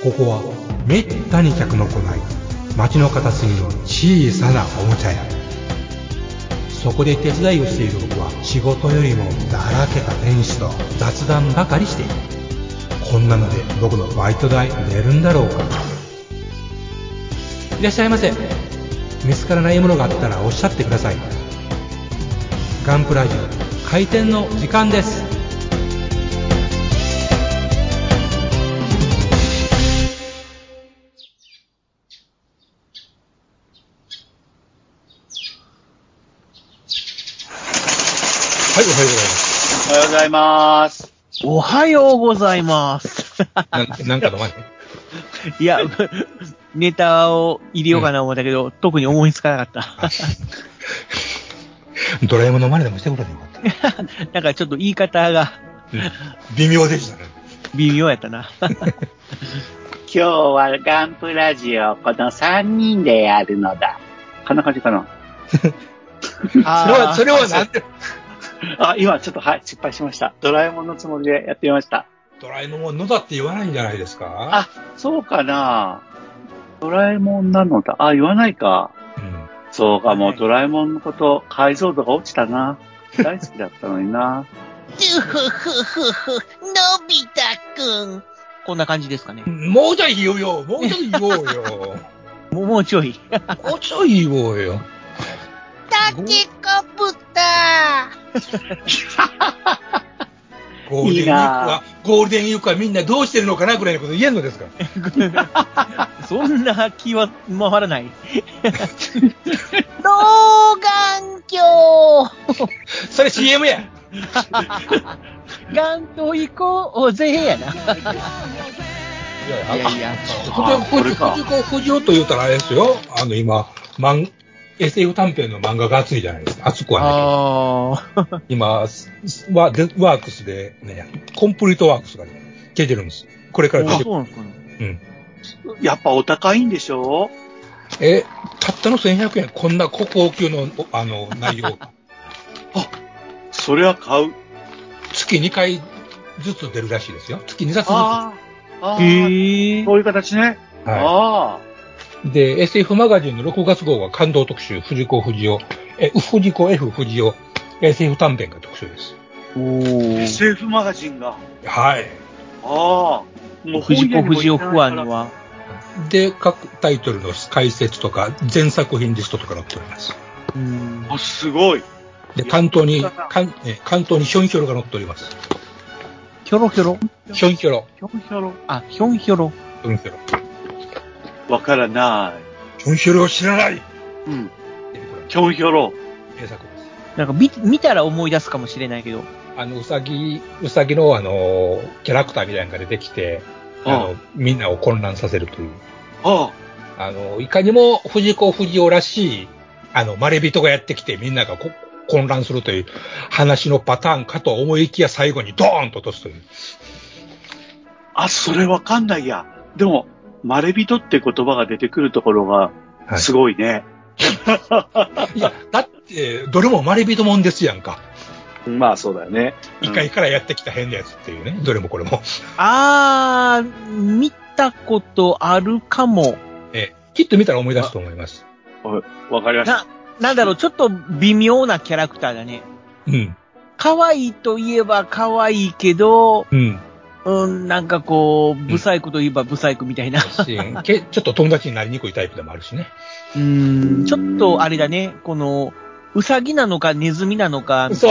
ここはめったに客の来ない街の片隅の小さなおもちゃ屋。そこで手伝いをしている僕は仕事よりもだらけた店主と雑談ばかりしている。こんなので僕のバイト代出るんだろうか。いらっしゃいませ。見つからないものがあったらおっしゃってください。ガンプラジオ開店の時間です。はい、おはようございます。 おはようございます。 おはようございます。なんかの前ね。 いや、ネタを入れようかな思ったけど、特に思いつかなかった。 ドラえもんの真似でもしてくれてよかった。 なんかちょっと言い方が、 微妙でしたね。 微妙やったな。 今日はガンプラジオこの3人でやるのだ。こんな感じかな。 それはなんで今ちょっと失敗しました。ドラえもんのつもりでやってみました。 ドラえもんはのだって言わないんじゃないですか？ そうかな。ドラえもんなのだ。言わないか。そうか、もうドラえもんのこと、解像度が落ちたな。大好きだったのにな。 ふふふふふ、のび太くん。こんな感じですかね。 もうちょい言おうよ。もうちょい言おうよ。 もうちょい。 もうちょい言おうよ。 タケコプター。ゴールデンウィークはみんなどうしてるのかなぐらいのこと言えんのですか？ そんな気は回らない。老眼鏡それ CM や。 ガンと行こうぜやな。いや、 藤尾と言うたらあれですよ。今、SF 短編の漫画が熱いじゃないですか。熱くはないけど。今、ワークスでね、コンプリートワークスが出てるんです。これから出てる。 そうなんですかね。 やっぱお高いんでしょ？ たったの1100円。こんな高級の、内容。 それは買う。 月2回ずつ出るらしいですよ。月2冊ずつ。 そういう形ね。 で、SF マガジンの6月号は感動特集、藤子 F 不二雄 SF 短編が特集です。 SF マガジンが。 はい。 もう藤子不二雄ファンには。 で、各タイトルの解説とか、全作品リストとか載っております。 すごい。 で、関東にヒョンヒョロが載っております。 ヒョロヒョロ？ ヒョンヒョロ。 ヒョンヒョロ。ヒョンヒョロ。 ヒョンヒョロ。 わからない。 ヒョンヒョロを知らない。 ヒョンヒョロ。 名作です。 なんか見たら思い出すかもしれないけど。 うさぎのキャラクターみたいなのが出てきて、みんなを混乱させるという。いかにも藤子不二雄らしい、まれびとがやってきてみんなが混乱するという話のパターンかと思いきや最後にドーンと落とすという。 それわかんないや。でも、まれびとって言葉が出てくるところが、すごいね。 いや、だって、どれもまれびともんですやんか。 まあそうだよね。 一回からやってきた変なやつっていうね。どれもこれも。 見たことあるかも。 きっと見たら思い出すと思います。 わかりました。 なんだろう、ちょっと微妙なキャラクターだね。可愛いといえば可愛いけど、なんかこう、ブサイクといえばブサイクみたいな。ちょっと友達になりにくいタイプでもあるしね。 ちょっとあれだね、この、ウサギなのかネズミなのか。 そう。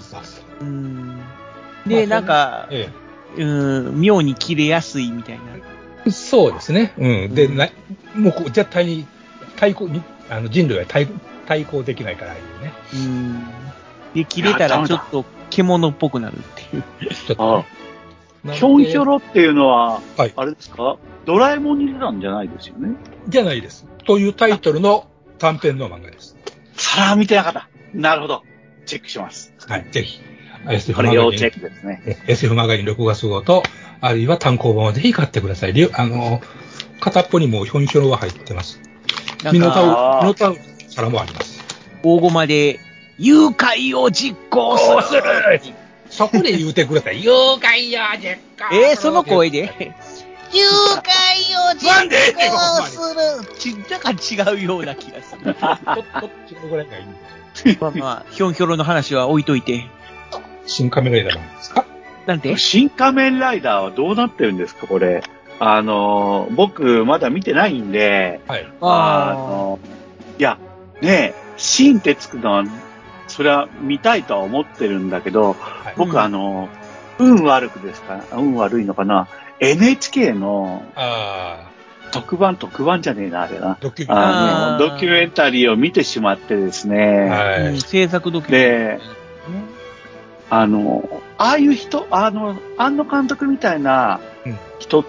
で、なんか、妙に切れやすいみたいな。 そうですね。で、もう絶対に人類は対抗できないからいうね。 で、切れたらちょっと獣っぽくなるっていう。 ちょっとね。 ヒョンヒョロっていうのは、あれですか？ドラえもんに出たんじゃないですよね？ じゃないです。というタイトルの短編の漫画です。 見てなかった。なるほど。チェックします。 はい、ぜひ。 これ要チェックですね。 SF マガジン6月号と、あるいは単行本をぜひ買ってください。片っぽにもヒョンヒョロが入ってます。ミノタウ皿もあります。 大駒で、誘拐を実行する。 そこで言うてください。誘拐を実行する。 その声で仲介をなんでする。だから違うような気がする。 ちょっとぐらいがいいんですよ。 まあまあ、ヒョンヒョロの話は置いといて。 新仮面ライダーなんですか？ なんて？ 新仮面ライダーはどうなってるんですか、これ。僕、まだ見てないんで、 はい。 いや、ねえ、新ってつくのは、それは見たいとは思ってるんだけど、はい、僕、運悪くですか？運悪いのかな？ NHK の、特番じゃねえな、あれな。ドキュメンタリーを見てしまってですね。 はい。制作ドキュメンタリー。で、 ああいう人、庵野監督みたいな人って、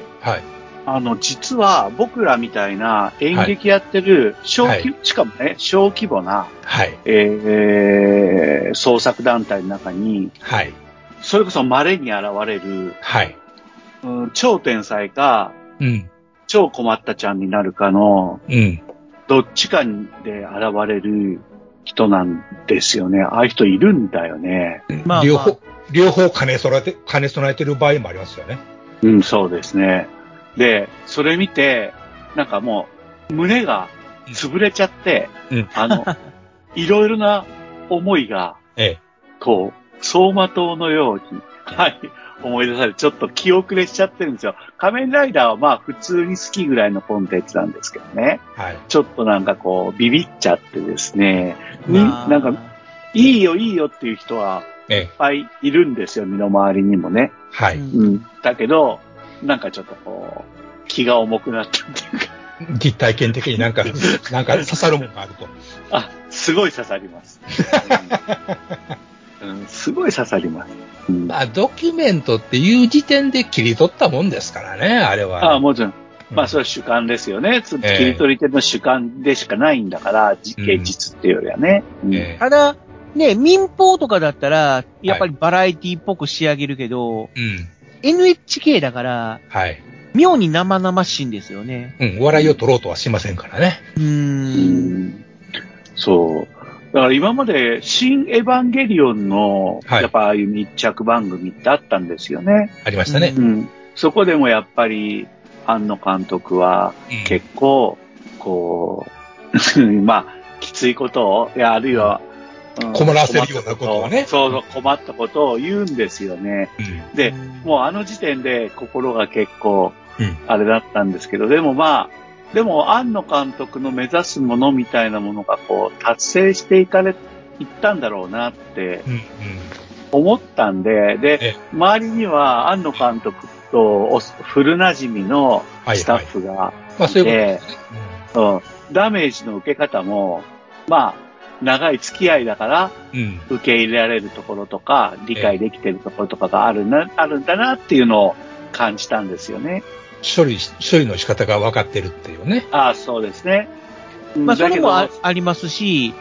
はい。実は僕らみたいな演劇やってるしかもね、小規模な、はい。創作団体の中に、はい。それこそ稀に現れる、はい。超天才か、うん。超困ったちゃんになるかの、うん。どっちかで現れる人なんですよね。ああいう人いるんだよね。 まあ、両方兼ね備えてる場合もありますよね。 うん、そうですね。で、それ見て、なんかもう、胸が潰れちゃって、うん、いろいろな思いが、こう、走馬灯のように、はい、思い出され、ちょっと気遅れしちゃってるんですよ。仮面ライダーはまあ普通に好きぐらいのコンテンツなんですけどね。はい。ちょっとなんかこう、ビビっちゃってですね。なんか、いいよっていう人はいっぱいいるんですよ、身の回りにもね。はい。うん。だけど、なんかちょっとこう、気が重くなったっていうか。 実体験的になんか刺さるものがあると。 すごい刺さります。すごい刺さります。 まあ、ドキュメントっていう時点で切り取ったもんですからね、あれは。 もちろん。まあ、それは主観ですよね。切り取り手の主観でしかないんだから、現実っていうよりはね。 ただ、ね、民放とかだったら、やっぱりバラエティっぽく仕上げるけど、NHK だから、妙に生々しいんですよね。 笑いを取ろうとはしませんからね。 そう。だから今まで、新エヴァンゲリオンの、やっぱああいう密着番組ってあったんですよね。 ありましたね。 そこでもやっぱり、庵野監督は、結構、こう、まあ、きついことを、あるいは、 困らせるようなことをね。 そう困ったことを言うんですよね。で、もうあの時点で心が結構、あれだったんですけど、でも庵野監督の目指すものみたいなものがこう、達成していったんだろうなって、思ったんで、で、周りには庵野監督と古馴染みのスタッフがいて、ダメージの受け方も、まあ、長い付き合いだから、受け入れられるところとか、理解できてるところとかがあるんだなっていうのを感じたんですよね。 処理の仕方が分かってるっていうね。 そうですね。 まあ、それもありますし、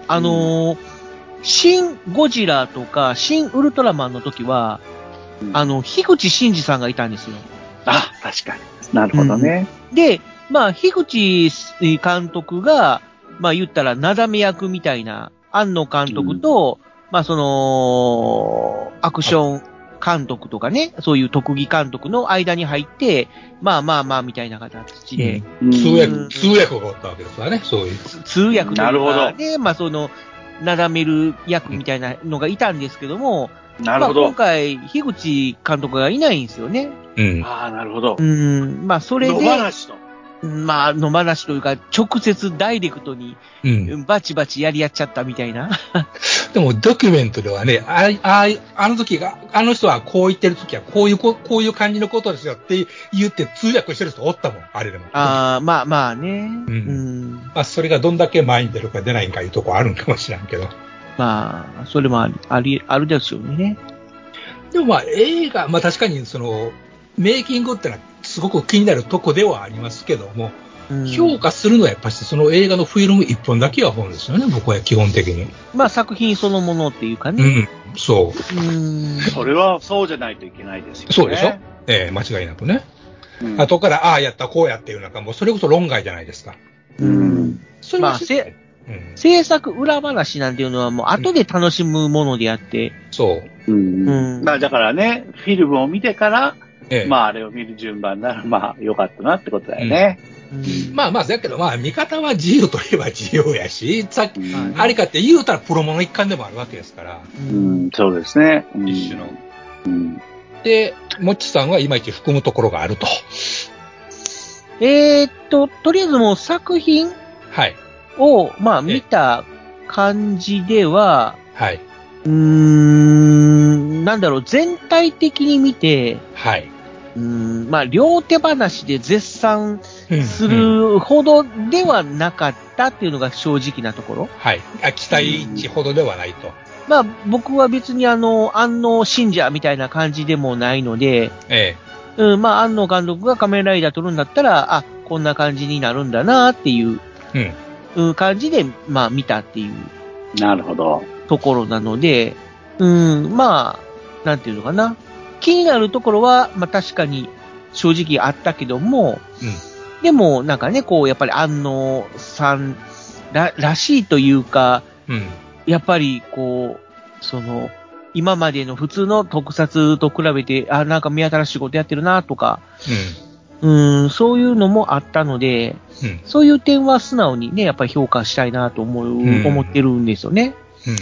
新ゴジラとか、新ウルトラマンの時は、樋口真嗣さんがいたんですよ。 確かに。なるほどね。 で、まあ、樋口監督が、まあ言ったら、なだめ役みたいな、庵野監督と、まあアクション監督とかね、そういう特技監督の間に入って、まあ、みたいな形で。 通訳がおったわけですからね、そういう。 通訳というか、なるほど。で、まあなだめる役みたいなのがいたんですけども、 なるほど。 まあ、今回、樋口監督がいないんですよね。 なるほど。 まあ、それで。 野放しと。 まあ、野放しというか、直接ダイレクトに、バチバチやり合っちゃったみたいな。 でも、ドキュメントではね、あの時が、あの人はこう言ってる時は、こういう感じのことですよって言って通訳してる人おったもん、あれでも。 まあね。 まあ、それがどんだけ前に出るか出ないかいうとこあるんかもしれんけど。 まあ、それもあるですよね。 でもまあ、映画、まあ確かにメイキングってのはすごく気になるとこではありますけども、評価するのはやっぱりその映画のフィルム一本だけは本ですよね、僕は基本的に。 まあ作品そのものっていうかね。 そう。 それはそうじゃないといけないですよね。 そうでしょ？間違いなくね。後からやったこうやっていうなんかもうそれこそ論外じゃないですか。 それは制作裏話なんていうのはもう後で楽しむものであって。 そう。 だからね、フィルムを見てから、 まああれを見る順番ならまあ良かったなってことだよね。 まあまあ、だけどまあ見方は自由といえば自由やし、さっき、あれかって言うたらプロモの一環でもあるわけですから。 そうですね。 一種の。で、もっちさんはいまいち含むところがあると。 とりあえずもう作品を、まあ見た感じでは、 はい。 なんだろう、全体的に見て、 はい。 まあ、両手話で絶賛するほどではなかったっていうのが正直なところ。 はい。期待値ほどではないと。 まあ、僕は別に安納信者みたいな感じでもないので、まあ、安納監督が仮面ライダー撮るんだったら、こんな感じになるんだなっていう、感じで、まあ、見たっていう。 なるほど。 ところなので、まあ、なんていうのかな。気になるところは、まあ確かに正直あったけども、でもなんかね、こう、やっぱり安納さんらしいというか、やっぱりこう、今までの普通の特撮と比べて、なんか目新しいことやってるなとか、そういうのもあったので、そういう点は素直にね、やっぱり評価したいなと思ってるんですよね。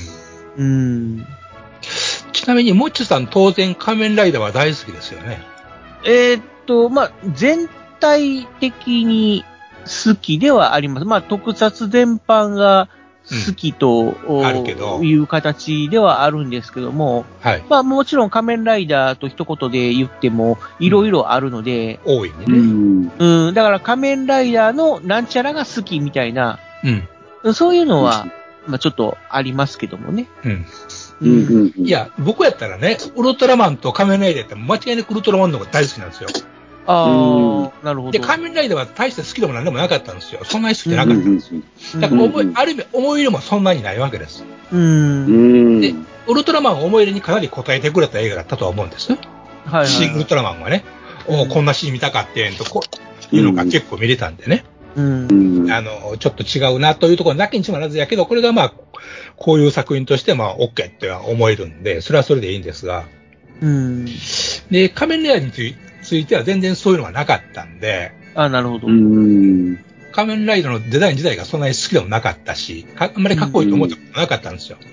ちなみに、もっちさん当然仮面ライダーは大好きですよね。 まあ、全体的に好きではあります。まあ、特撮全般が好きと、いう形ではあるんですけども、まあ、もちろん仮面ライダーと一言で言っても、いろいろあるので、 多いね。 だから仮面ライダーのなんちゃらが好きみたいな、そういうのは、まあ、ちょっとありますけどもね。 いや、僕やったらね、ウルトラマンと仮面ライダーって間違いなくウルトラマンの方が大好きなんですよ。 なるほど。 で、仮面ライダーは大して好きでもなんでもなかったんですよ。そんなに好きじゃなかったんですよ。だからある意味思い入れもそんなにないわけです。で、ウルトラマンを思い入れにかなり応えてくれた映画だったとは思うんです。新ウルトラマンはね、こんなシーン見たかってんと、こういうのが結構見れたんでね。ちょっと違うなというところだけにしまらずやけど、これがまあ、こういう作品としてまあ、OK っては思えるんで、それはそれでいいんですが。で、仮面ライダーについては全然そういうのがなかったんで。 なるほど。 仮面ライダーのデザイン自体がそんなに好きでもなかったし、あんまりかっこいいと思ったことなかったんですよ。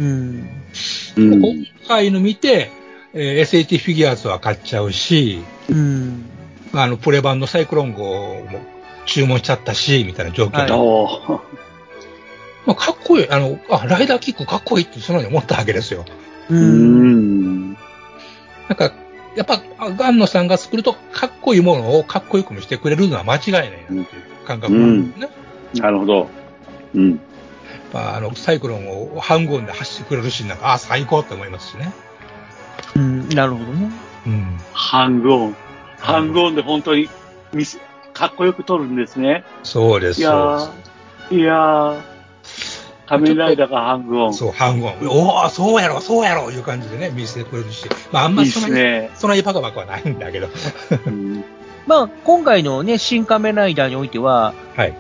今回の見て、SAT フィギュアーズは買っちゃうし、プレ版のサイクロン号も注文しちゃったし、みたいな状況で。まあ、かっこいい。ライダーキックかっこいいってそのように思ったわけですよ。なんか、やっぱ、安野さんが作るとかっこいいものをかっこよく見せてくれるのは間違いないなっていう感覚なんですね。 なるほど。 サイクロンをハングオンで走ってくれるし、なんか、最高って思いますしね。 なるほどね。 ハングオン。ハングオンで本当にかっこよく撮るんですね。 そうです。いやー、仮面ライダーがハングオン。 そう、ハングオン。そうやろ、いう感じでね、見せてくれるし。まあ、あんまりそんなにバカバカはないんだけど。 まあ、今回のね、新仮面ライダーにおいては、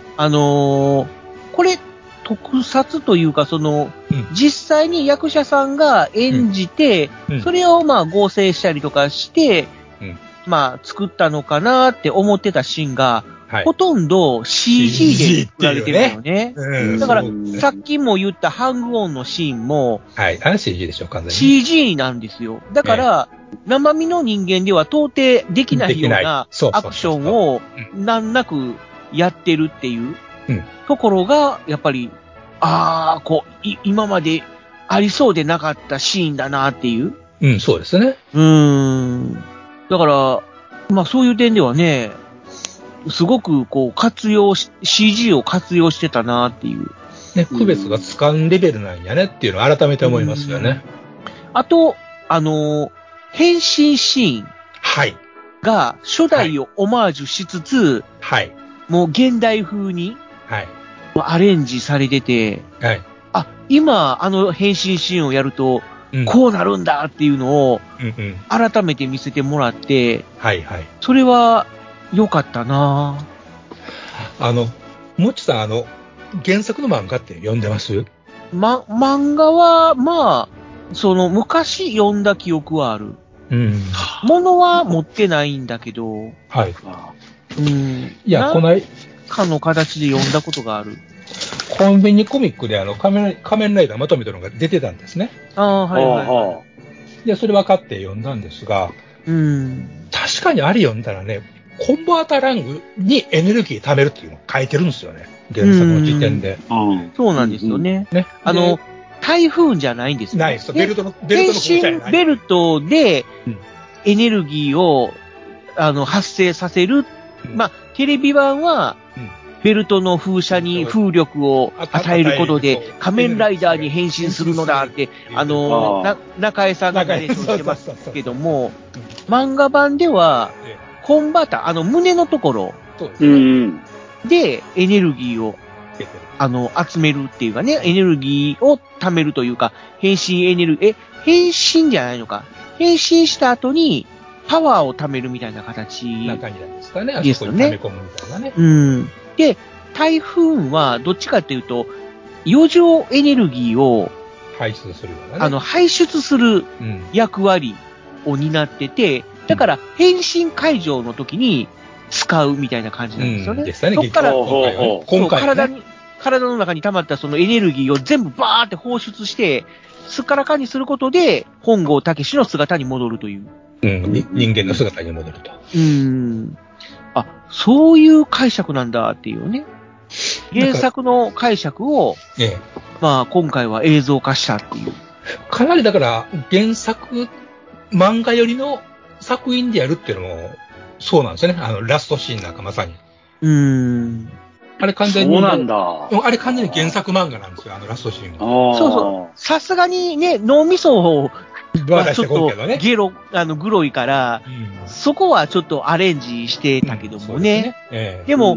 これ、特撮というか、実際に役者さんが演じて、それをまあ合成したりとかして、まあ作ったのかなって思ってたシーンが、ほとんど CG で作られてるのよね。だから、さっきも言ったハングオンのシーンも、 あれ CG でしょ、完全に。 CG なんですよ。だから、生身の人間では到底できないようなアクションを難なくやってるっていうところが、やっぱり、今までありそうでなかったシーンだなっていう。 そうですね。 だから、まあそういう点ではね、すごくCG を活用してたなっていう。 ね、区別がつかんレベルなんやねっていうのを改めて思いますよね。 あと、変身シーン。が初代をオマージュしつつ、もう現代風に、アレンジされてて、今変身シーンをやると、こうなるんだっていうのを、改めて見せてもらって、それは良かったなもっちさん、原作の漫画って読んでます？ 漫画は、まあ、昔読んだ記憶はある。 物は持ってないんだけど、 はい。 いや、このかの形で読んだことがある。 コンビニコミックで仮面ライダーまとめたのが出てたんですね。で、それ分かって読んだんですが、確かにあれ読んだらね、コンバータラングにエネルギー貯めるっていうのを書いてるんですよね。原作の時点で。 そうなんですよね。台風じゃないんですよね。 ないです。ベルトの変身ベルトでエネルギーを発生させる。まあ、テレビ版は、ベルトの風車に風力を与えることで、仮面ライダーに変身するのだって、中江さんがナレーションしてますけども、漫画版では、コンバーター、胸のところでエネルギーを集めるっていうかね、エネルギーを貯めるというか、変身エネルギー、変身じゃないのか。変身した後に、パワーを貯めるみたいな形ですかね。あそこに溜め込むみたいなね。 で、台風はどっちかっていうと、余剰エネルギーを排出するようなね。 排出する役割を担ってて、だから変身会場の時に使うみたいな感じなんですよね。 ですね。 そっから今回ね、 体の中に溜まったそのエネルギーを全部バーって放出して、すっからかにすることで、本郷武の姿に戻るという。 人間の姿に戻ると。 あ、そういう解釈なんだっていうね。原作の解釈を、まあ今回は映像化したっていう。 かなりだから原作、漫画よりの作品でやるっていうのも、そうなんですよね。ラストシーンなんかまさに。あれ完全に。 そうなんだ。 あれ完全に原作漫画なんですよ、ラストシーンは。そうそう。さすがにね、脳みそを、ちょっとグロいから、そこはちょっとアレンジしてたけどもね。でも、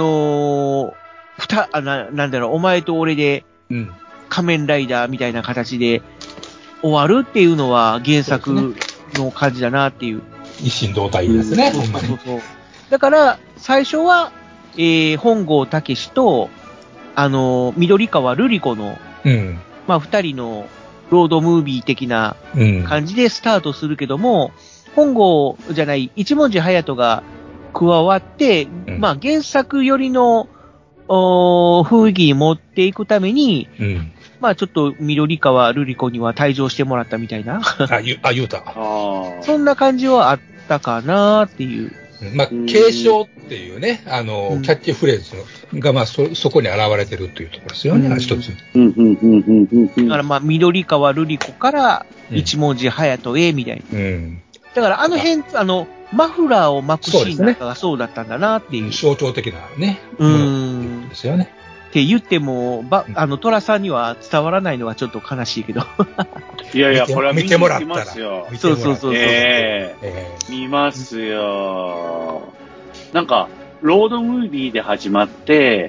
なんだろう、お前と俺で、仮面ライダーみたいな形で終わるっていうのは原作の感じだなっていう。 一心同体ですね。 そう。だから、最初は、本郷武と、緑川瑠璃子の、まあ、二人のロードムービー的な感じでスタートするけども、本郷じゃない、一文字隼人が加わって、まあ、原作よりの、雰囲気に持っていくために、まあ、ちょっと緑川瑠璃子には退場してもらったみたいな。 言うた。 そんな感じはあったかなっていう。 まあ、継承っていうね、キャッチフレーズが、まあ、そこに現れてるというところですよね、一つ。 だから、まあ、緑川瑠璃子から一文字隼人へ、みたいな。だから、あの辺、マフラーを巻くシーンなんかがそうだったんだなっていう。 象徴的なね。ですよね。 って言っても、トラさんには伝わらないのはちょっと悲しいけど。 いやいや、これは見てもらったら。 そう。 見ますよ。なんか、ロードムービーで始まって、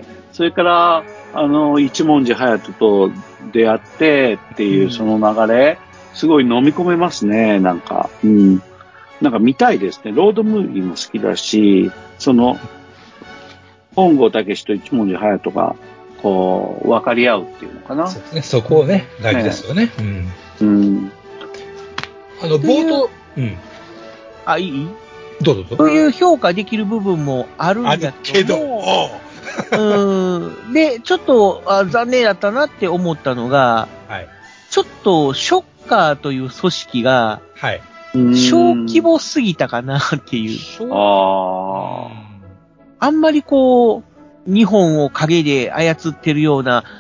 それから、一文字隼人と出会ってっていうその流れ、すごい飲み込めますね、なんか。なんか見たいですね。ロードムービーも好きだし、本郷武と一文字隼人が、こう、分かり合うっていうのかな。 そうですね。そこをね、大事ですよね。冒頭、 いい？ どうぞ。 そういう評価できる部分もあるんだけど、で、ちょっと残念だったなって思ったのが、ちょっとショッカーという組織が、小規模すぎたかなっていう。あんまりこう、日本を影で操ってるような、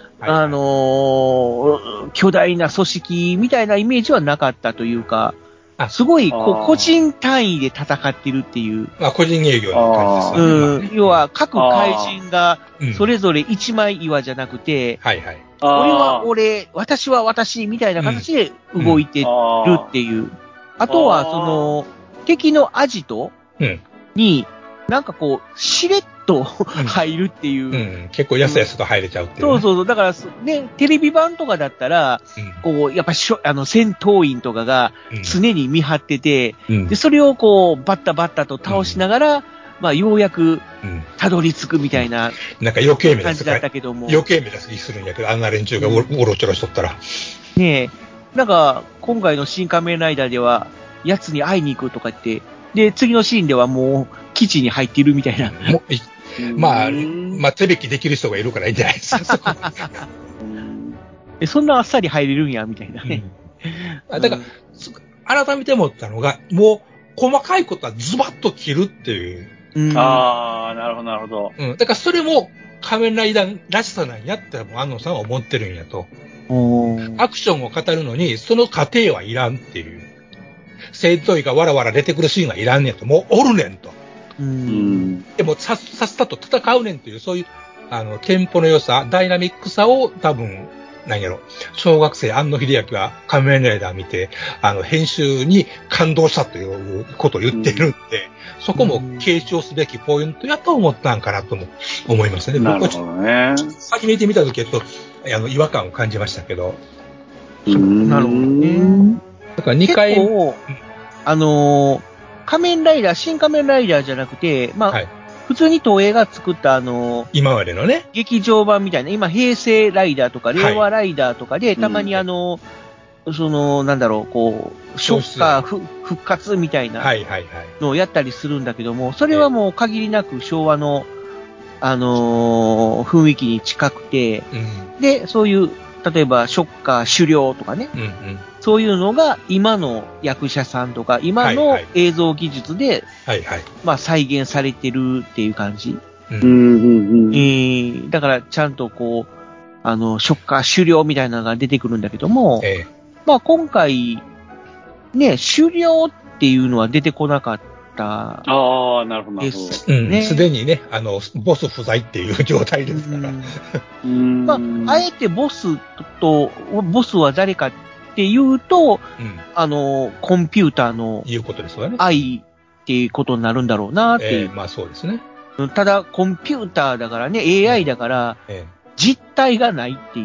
巨大な組織みたいなイメージはなかったというか、すごい、個人単位で戦ってるっていう。 個人営業の感じですね。 要は、各怪人が、それぞれ一枚岩じゃなくて、俺は俺、私は私、みたいな形で動いてるっていう。あとは、敵のアジトに、なんかこう、しれっと入るっていう。 結構やすやすと入れちゃうっていう。 そう。だから、ね、テレビ版とかだったら、こう、やっぱ戦闘員とかが常に見張ってて、で、それをこう、バッタと倒しながら、まあ、ようやく、たどり着くみたいな、 なんか余計目感じだったけども。 余計目出す気するんやけど、あんな連中がおろちょろしとったら。 ねえ、なんか、今回の新仮面ライダーでは、 奴に会いに行くとか言って、で、次のシーンではもう、基地に入っているみたいな。 まあ、手引きできる人がいるからいいんじゃないですか。 そんなあっさり入れるんや、みたいなね。 だから、改めて思ったのが、もう、細かいことはズバッと切るっていう。 ああ、なるほど、なるほど。 だからそれも仮面ライダーらしさなんやって、安野さんは思ってるんやと。アクションを語るのに、その過程はいらんっていう。戦闘員がわらわら出てくるシーンはいらんねんと。もうおるねんと。でもさっさと戦うねんっていう、そういう、テンポの良さ、ダイナミックさを多分、何やろ、小学生庵野秀明は仮面ライダー見て、編集に感動したということを言ってるんで、そこも継承すべきポイントやと思ったんかなとも思いますね。 なるほどね。 初めて見たときはちょっと、違和感を感じましたけど。 なるほどね。 だから2回。結構、仮面ライダー、新仮面ライダーじゃなくて、まあ、はい、普通に東映が作った今までのね。 劇場版みたいな、今、平成ライダーとか、令和ライダーとかで、はい、たまになんだろう、こう、ショッカー復活みたいなのをやったりするんだけども、それはもう限りなく昭和の、雰囲気に近くて、で、そういう、例えば、ショッカー狩猟とかね、そういうのが今の役者さんとか、今の映像技術で、まあ再現されてるっていう感じ。だからちゃんとこう、ショッカー狩猟みたいなのが出てくるんだけども、まあ今回、ね、狩猟っていうのは出てこなかった。 ああ、なるほど。 すでにね、ボス不在っていう状態ですから。 まあ、あえてボスは誰かっていうと、コンピューターの愛っていうことになるんだろうなっていう。 まあそうですね。 ただ、コンピューターだからね、AI だから、実体がないっていう。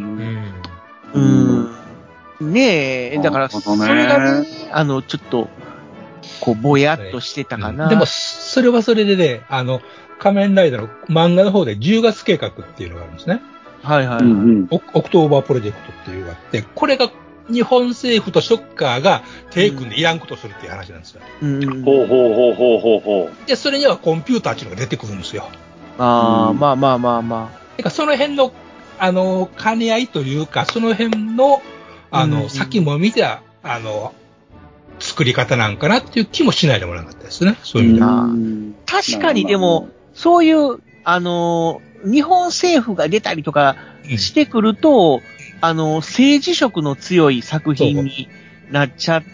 ねえ、だから、それがね、ちょっと、こう、ぼやっとしてたかな。 でも、それはそれでね、仮面ライダーの漫画の方で10月計画っていうのがあるんですね。 はいはい。 オクトーバープロジェクトっていうのがあって、これが日本政府とショッカーが手組んでいらんことをするっていう話なんですよ。 ほう。 で、それにはコンピューターっていうのが出てくるんですよ。 まあ。 てか、その辺の、兼ね合いというか、その辺の、先も見て、作り方なんかなっていう気もしないでもなかったですね。そういう意味では。 確かにでも、そういう、日本政府が出たりとかしてくると、政治色の強い作品になっちゃって、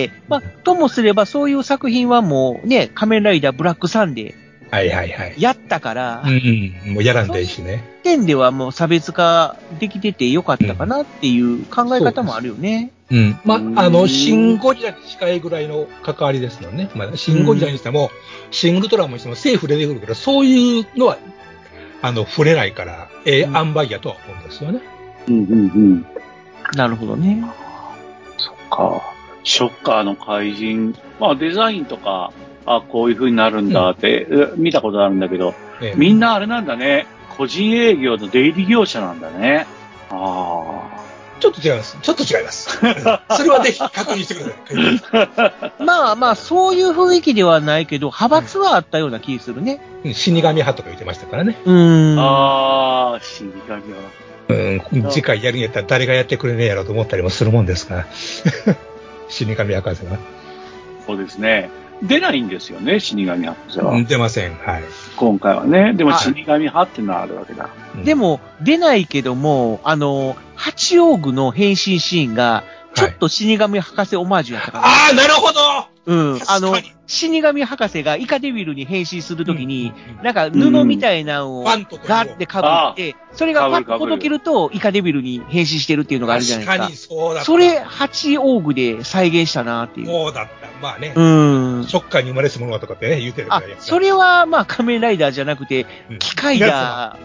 まあ、ともすればそういう作品はもうね、仮面ライダーブラックサンデー。やったから、 もうやらんでいいしね。 点ではもう差別化できててよかったかなっていう考え方もあるよね。 まあ、シンゴリラに近いぐらいの関わりですのね。まあ、シンゴリラにしても、シングルトラもしても政府出てくるから、そういうのは、触れないから、塩梅やとは思うんですよね。 なるほどね。 そっか。ショッカーの怪人。まあ、デザインとか、こういう風になるんだって、見たことあるんだけど、みんなあれなんだね。個人営業の出入り業者なんだね。 ちょっと違います。それはぜひ確認してください。 まあ、そういう雰囲気ではないけど、派閥はあったような気するね。 死神派とか言ってましたからね。 死神派。次回やるんやったら誰がやってくれねえやろと思ったりもするもんですから。死神博士は。 そうですね。出ないんですよね、死神博士は。 出ません。はい。 今回はね。でも死神派ってのはあるわけだ。 でも、出ないけども、八王具の変身シーンが、ちょっと死神博士オマージュやったかな。 なるほど死神博士がイカデビルに変身するときに、なんか布みたいなのをガッて被って、それがパッとほどけるとイカデビルに変身してるっていうのがあるじゃないですか。 確かにそうだった。 それ、八王具で再現したなっていう。 そうだった。まあね。ショッカーに生まれし者とかってね、言うてるから。 それはまあ仮面ライダーじゃなくて、機械だ。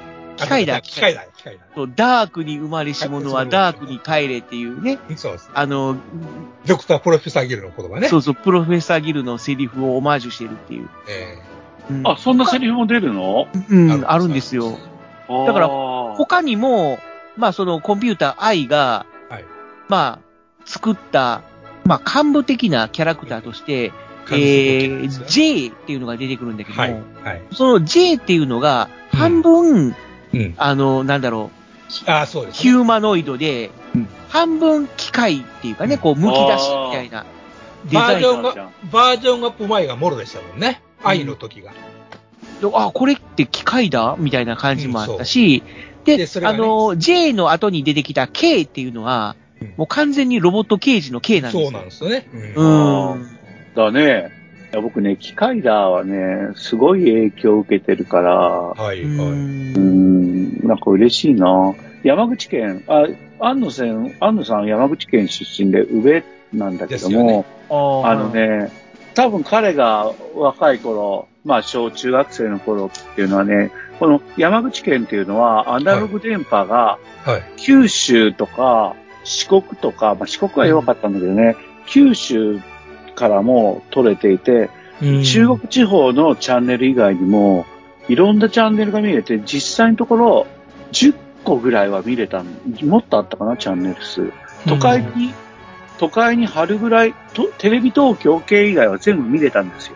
ダークに生まれし者はダークに帰れっていうね。 そうです。ドクタープロフェッサーギルの言葉ね。 そう、プロフェッサーギルのセリフをオマージュしてるっていう。 そんなセリフも出るの？ あるんですよ。だから、他にも、まあそのコンピューター I が、まあ、作ったまあ、幹部的なキャラクターとして、J っていうのが出てくるんだけども、はいはい、その J っていうのが、半分、なんだろう、そうですね、ヒューマノイドで、半分機械っていうかね、こう、むき出しみたいなデザイン。 バージョンがうまいがもろでしたもんね。愛の時が。 これって機械だみたいな感じもあったし、で、ね、J の後に出てきた K っていうのは、もう完全にロボット刑事の K なんですよ。 そうなんですよね。 だね。いや僕ね、機械だはね、すごい影響を受けてるから、はい、はい。なんか嬉しいな。山口県、安野さん山口県出身で上なんだけども、ね、多分彼が若い頃、まあ小中学生の頃っていうのはね、この山口県っていうのはアナログ電波が九州とか四国とか、まあ四国は弱かったんだけどね、九州からも取れていて、中国地方のチャンネル以外にもいろんなチャンネルが見れて、実際のところ10個ぐらいは見れた、もっとあったかな、チャンネル数。都会に貼るぐらい、テレビ東京系以外は全部見れたんですよ。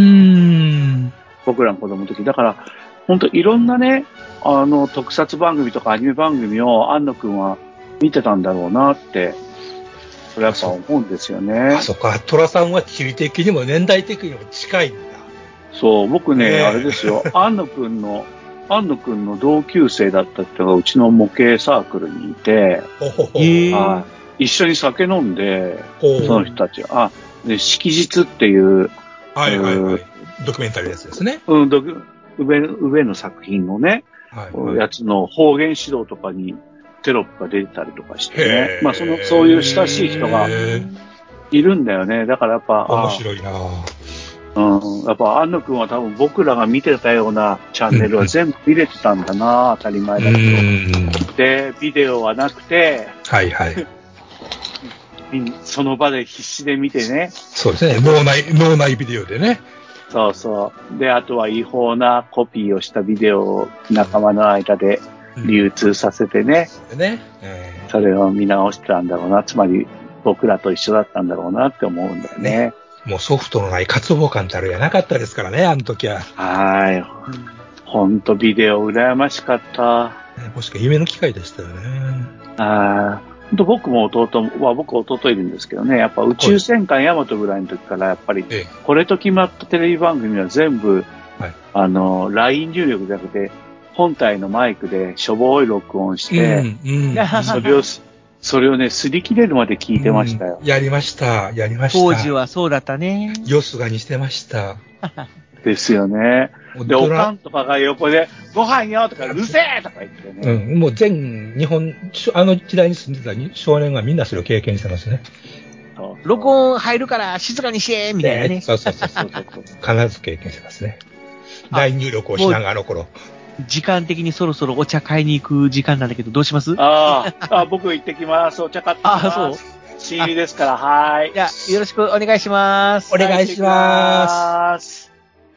僕らの子供の時。だから、本当いろんなね、特撮番組とかアニメ番組を安野くんは見てたんだろうなって、それやっぱ思うんですよね。 そっか、虎さんは地理的にも年代的にも近いんだ。 そう、僕ね、あれですよ、安野くんの同級生だったっていうのがうちの模型サークルにいて、一緒に酒飲んで、その人たちは、式日っていう、 はいはいはい、ドキュメンタリーのやつですね。 上の作品のね、やつの方言指導とかにテロップが出てたりとかしてね、まあそういう親しい人がいるんだよね。だからやっぱ、 面白いなやっぱ安野くんは多分僕らが見てたようなチャンネルは全部見れてたんだな、当たり前だけど。で、ビデオはなくて、 はいはい。 その場で必死で見てね。 そうですね。脳内ビデオでね。 そうそう。で、あとは違法なコピーをしたビデオを仲間の間で流通させてね。それを見直してたんだろうな。つまり僕らと一緒だったんだろうなって思うんだよね。 もうソフトのない渇望感たるやなかったですからね、あの時は。 はい。ほんとビデオ羨ましかった。 もしくは夢の機会でしたよね。 僕弟いるんですけどね、やっぱ宇宙戦艦ヤマトぐらいの時からやっぱり、これと決まったテレビ番組は全部、LINE 入力じゃなくて、本体のマイクでしょぼい録音して、それをね、擦り切れるまで聞いてましたよ。 やりました。 当時はそうだったね。 よすがにしてました。 ですよね。で、おかんとかが横で、ご飯よとか、うるせえとか言ってね。 もう全日本、あの時代に住んでた少年がみんなそれを経験してますね。 録音入るから静かにしてみたいなね。 そう。必ず経験してますね。大入力をしながらの頃。 時間的にそろそろお茶買いに行く時間なんだけど、どうします？ 僕行ってきます。お茶買ってきます。そう。新入りですから、はい。 じゃあ、よろしくお願いします。 お願いします。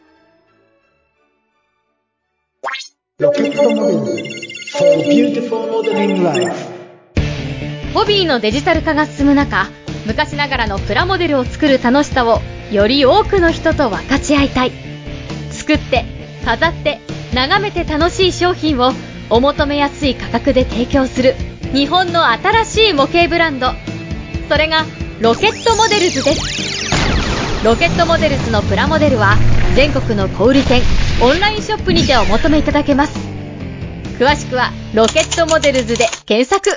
ロケットモデル for beautiful modeling life。 ホビーのデジタル化が進む中、昔ながらのプラモデルを作る楽しさをより多くの人と分かち合いたい。作って、飾って、眺めて楽しい商品をお求めやすい価格で提供する日本の新しい模型ブランド。それがロケットモデルズです。ロケットモデルズのプラモデルは全国の小売店、オンラインショップにてお求めいただけます。詳しくはロケットモデルズで検索。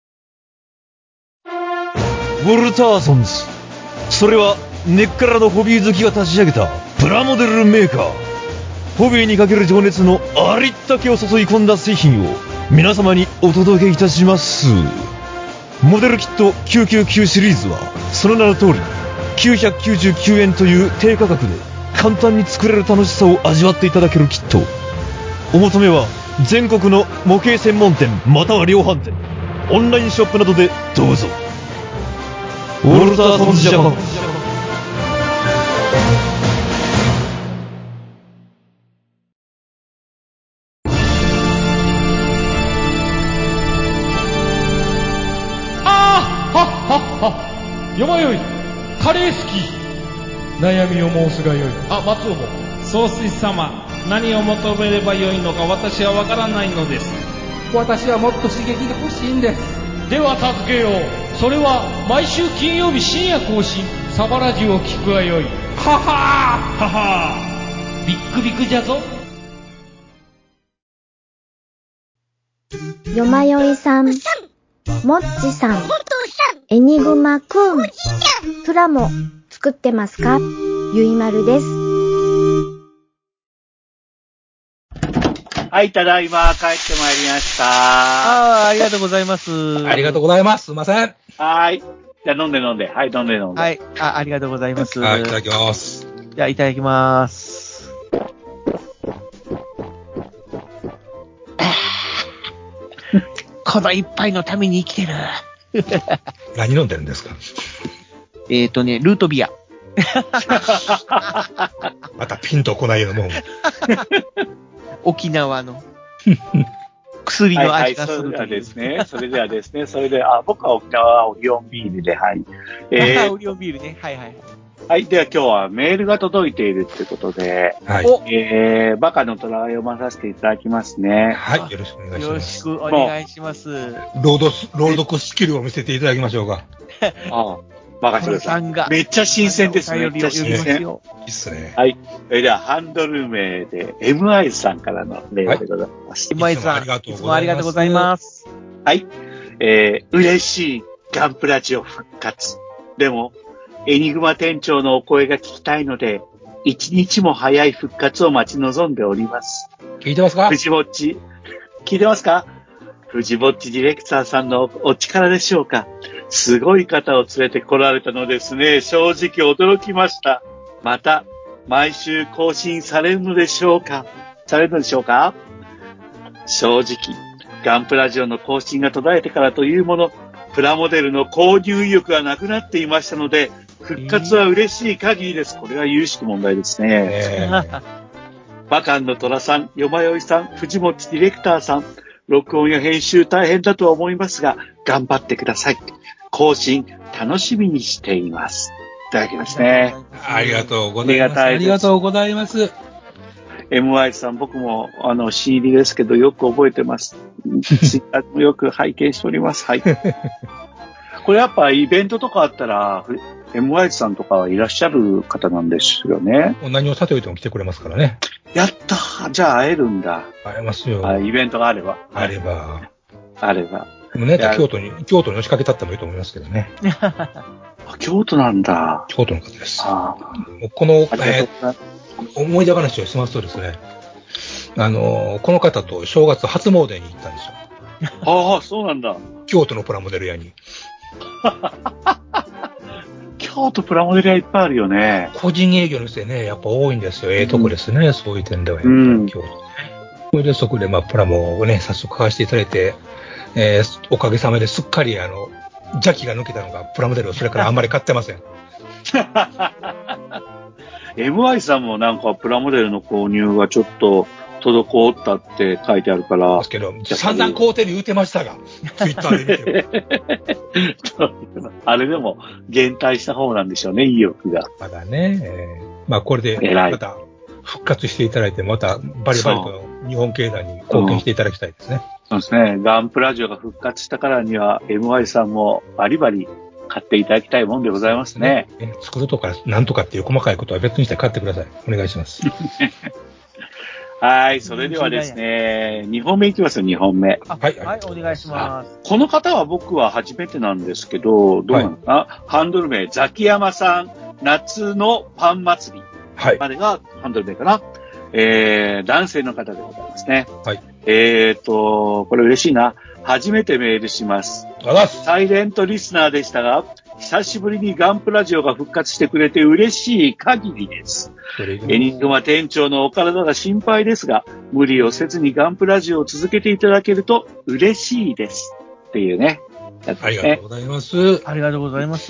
ウォルターソンズ、それは根っからのホビー好きが立ち上げたプラモデルメーカー。ホビーにかける情熱のありったけを注い込んだ製品を皆様にお届けいたします。モデルキット999シリーズはその名の通り999円という低価格で簡単に作れる楽しさを味わっていただけるキット。お求めは全国の模型専門店または量販店、オンラインショップなどでどうぞ。ウォルターソンズジャパン。 よまよい、 悩みを申すがよい。あ、松尾も。 総帥様、何を求めればよいのか私はわからないのです。 私はもっと刺激が欲しいんです。 では助けよう。それは毎週金曜日深夜更新、サバラジュを聞くがよい。 ははーははービックビックじゃぞ。 よまよいさん、もっちさん、エニグマくん、プラモ作ってますか？ゆいまるです。 はい、ただいま帰ってまいりました。 ありがとうございます。 ありがとうございます。すいません。 はい。じゃあ飲んで。はい、飲んで。 はい。ありがとうございます。 はい、いただきます。 じゃあ、いただきます。この一杯のために生きてる。 何飲んでるんですか？ ルートビア。 またピンとこないようなもん。 沖縄の薬の味がするという。 それではですね、僕は沖縄オリオンビールで、はい。 オリオンビールね、はい。 はい、では今日はメールが届いているってことで、 はい。 バカの虎を読まさせていただきますね。 はい、よろしくお願いします。 よろしくお願いします。 朗読スキルを見せていただきましょうか。 任せてください。めっちゃ新鮮ですね。めっちゃ新鮮。いいっすね。 はい。それではハンドル名で MI さんからのメールでございます。 MI さん、いつもありがとうございます。 はい。嬉しいガンプラジオ復活。でも、エニグマ店長のお声が聞きたいので、一日も早い復活を待ち望んでおります。 聞いてますか？ 藤ぼっち。聞いてますか？藤ぼっちディレクターさんのお力でしょうか？すごい方を連れて来られたのですね。正直驚きました。また、毎週更新されるのでしょうか？正直、ガンプラジオの更新が途絶えてからというもの、プラモデルの購入意欲がなくなっていましたので、復活は嬉しい限りです。これは有識問題ですね。バカンの虎さん、よまよいさん、藤本ディレクターさん、録音や編集大変だとは思いますが、頑張ってください。更新楽しみにしています。いただきますね。 ありがとうございます。ありがとうございます。 MY さん、僕も新入りですけどよく覚えてます。ツイッターもよく拝見しております。はい。これやっぱイベントとかあったら MY さんとかいらっしゃる方なんですよね。 何をさておいても来てくれますからね。 やったー。じゃあ会えるんだ。 会えますよ。 イベントがあれば。 あれば。 でもね、京都に押しかけたってもいいと思いますけどね。 京都なんだ。 京都の方です。この、思い出話をしますとですね、この方と正月初詣に行ったんですよ。 ああ、そうなんだ。 京都のプラモデル屋に。 京都プラモデル屋いっぱいあるよね。 個人営業の店ね、やっぱ多いんですよ。とこですね、そういう点では。京都。それでそこでプラモをね、早速買わせていただいて、おかげさまですっかり邪気が抜けたのがプラモデルをそれからあんまり買ってません。 MI さんもなんかプラモデルの購入がちょっと滞ったって書いてあるから。 ですけど、散々買うてる言うてましたが、ツイッターで見ても。あれでも減退した方なんでしょうね、意欲が。 まだね。これでまた復活していただいて、またバリバリと日本経済に貢献していただきたいですね。 そうですね。ガンプラジオが復活したからには MI さんもバリバリ買っていただきたいもんでございますね。 作るとかなんとかっていう細かいことは別にして買ってください。お願いします。 はい。それではですね、2本目いきますよ、2本目。 はい、お願いします。 この方は僕は初めてなんですけど、どうなのかな、ハンドル名、ザキヤマさん、夏のパン祭りまでがハンドル名かな。男性の方でございますね。 はい。 これ嬉しいな。初めてメールします。サイレントリスナーでしたが、久しぶりにガンプラジオが復活してくれて嬉しい限りです。エニグマ店長のお体が心配ですが、無理をせずにガンプラジオを続けていただけると嬉しいです。っていうね。 ありがとうございます。 ありがとうございます。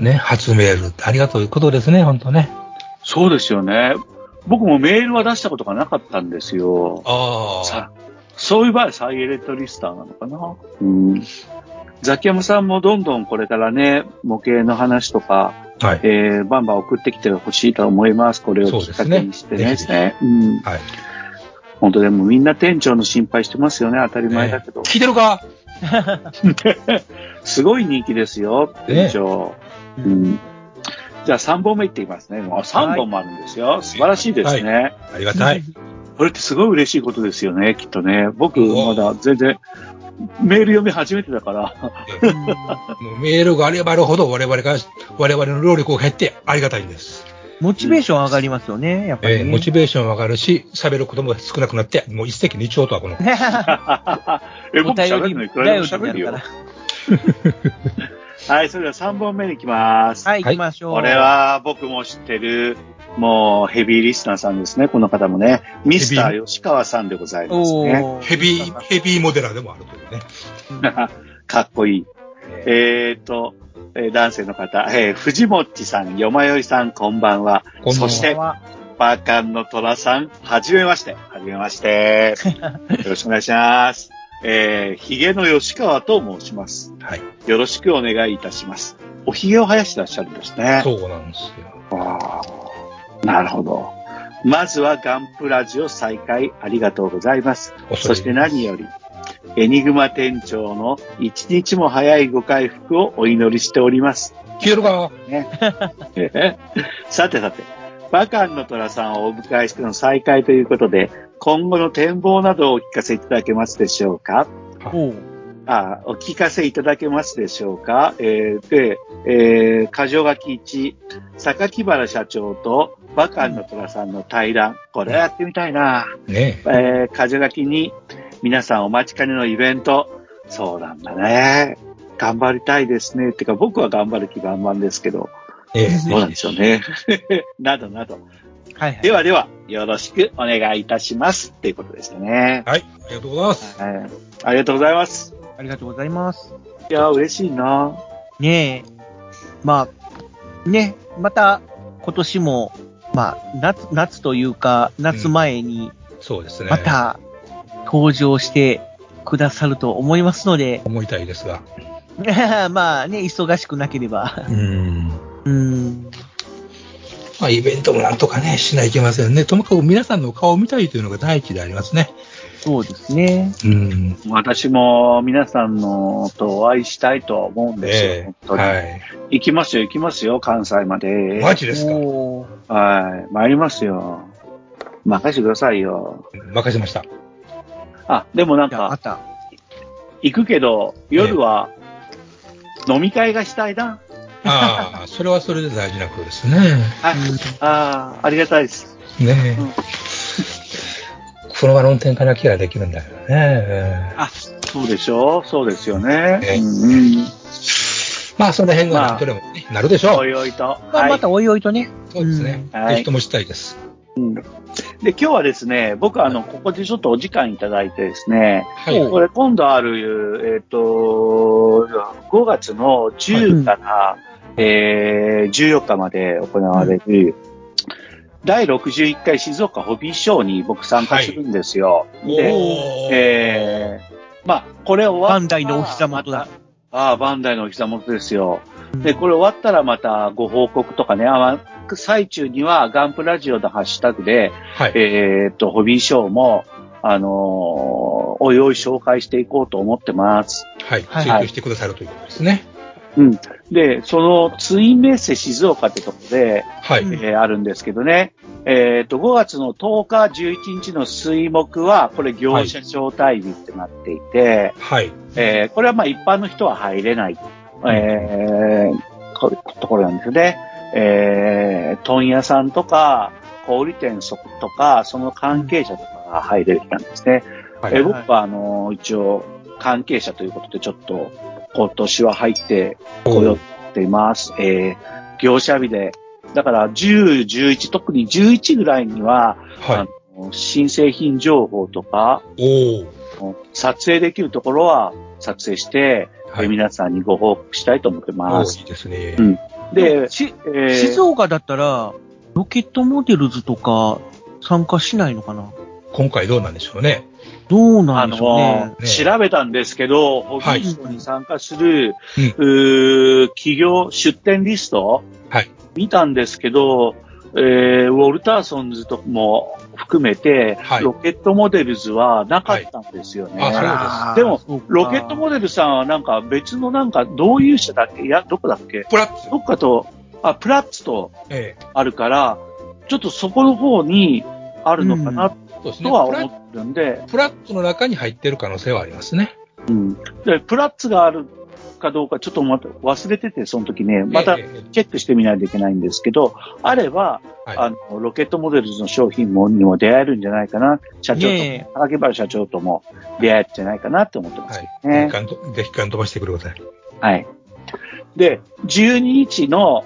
ね、初メールありがとういうことですね、本当ね。 そうですよね。僕もメールは出したことがなかったんですよ。そういう場合、サイレントリスターなのかな。ザキヤマさんもどんどんこれからね、模型の話とか、 はい。バンバン送ってきてほしいと思います。これをきっかけにしてね。うん。はい。本当でもみんな店長の心配してますよね。当たり前だけど。 聞いてるかすごい人気ですよ、店長。うん。じゃあ3本目いっていきますね。もう3本もあるんですよ。素晴らしいですね。はい、 ありがたい。 これってすごい嬉しいことですよね、きっとね。僕、まだ全然、メール読み初めてだから。 もうメールがあればあるほど我々の労力が減ってありがたいんです。 モチベーション上がりますよね、やっぱり、ね。 モチベーション上がるし、喋ることも少なくなって、もう一石二鳥とはこの。 僕喋るのいくらでも喋るよ。はい、それでは3本目に行きます。 はい、行きましょう。 これは僕も知ってる、もうヘビーリスナーさんですね、この方もね。ミスター吉川さんでございますね。 ヘビーモデラーでもあるというね。 かっこいい。男性の方、藤もっちさん、よまよいさん、こんばんは。そして、バカンの虎さん、はじめまして。はじめまして。よろしくお願いします。ひげの吉川と申します。はい。よろしくお願いいたします。おひげを生やしてらっしゃるんですね。 そうなんですよ。 なるほど。まずはガンプラジオ再開ありがとうございます。そして何より、エニグマ店長の一日も早いご回復をお祈りしております。 消えるか、ね、 さて、バカンの虎さんをお迎えしての再開ということで、今後の展望などをお聞かせいただけますでしょうか？お聞かせいただけますでしょうか？箇条書き1、榊原社長とバカンの虎さんの対談。これやってみたいな。ね箇条書き2、皆さんお待ちかねのイベント。そうなんだね。頑張りたいですね。てか僕は頑張る気満々ですけど。どうなんでしょうね。などなど。はいはい、では、よろしくお願いいたします。っていうことでしたね。 はい。ありがとうございます。 ありがとうございます。 ありがとうございます。 いや、嬉しいな。 ねえ。また、今年も、夏というか、夏前に、 そうですね。 また、登場してくださると思いますので。 思いたいですが。 忙しくなければ。 イベントもなんとかね、しないといけませんね。ともかく皆さんの顔を見たいというのが第一でありますね。 そうですね。 私も皆さんのとお会いしたいとは思うんですよ。本当に。はい。行きますよ、関西まで。 マジですか？ はい。参りますよ。任せてくださいよ。 任せました。 でもなんか、行くけど、夜は飲み会がしたいな。 それはそれで大事なことですね。 ありがたいです。 ねえ。その場の運転から気ができるんだけどね。 そうでしょう。そうですよね。 その辺がどれもなるでしょう。 おいおいと。 またおいおいとね。 そうですね。ぜひともしたいです。 で、今日はですね、僕ここでちょっとお時間いただいてですね、これ今度ある、5月の10から14日まで行われる、第61回静岡ホビーショーに僕参加するんですよ。で、これ終わったら。 バンダイのお膝元だ。 バンダイのお膝元ですよ。で、これ終わったらまたご報告とかね、最中にはガンプラジオのハッシュタグで、ホビーショーも、おいおい紹介していこうと思ってます。 はい。追求してくださるということですね。 で、そのツインメッセ静岡ってところで、あるんですけどね、5月の10日、11日の水木は、これ業者招待日ってなっていて、これは一般の人は入れない、ところなんですよね。問屋さんとか、小売店とか、その関係者とかが入れる日なんですね。僕は、一応、関係者ということで、ちょっと、今年は入ってこよっています。業者日で。だから、10、11、特に11ぐらいには、新製品情報とか、撮影できるところは撮影して、皆さんにご報告したいと思ってます。 いいですね。 で、 静岡だったら、ロケットモデルズとか参加しないのかな？ 今回どうなんでしょうね。 どうなんでしょうね。 調べたんですけど、ホビーショーに参加する、企業出店リスト、 見たんですけど、ウォルターソンズとも含めて、ロケットモデルズはなかったんですよね。でも、ロケットモデルさんはなんか別のなんか、どういう社だっけ？いや、どこだっけ？ プラッツ。 どっかと、プラッツとあるから、ちょっとそこの方にあるのかな、とは思ってるんで。 プラッツの中に入ってる可能性はありますね。 で、プラッツがあるかどうかちょっと忘れてて、その時ね、またチェックしてみないといけないんですけど、あれば、ロケットモデルズの商品にも出会えるんじゃないかな。社長と、高木原社長とも出会えるんじゃないかなって思ってますね。 ぜひ飛ばしてください。 はい。で、12日の、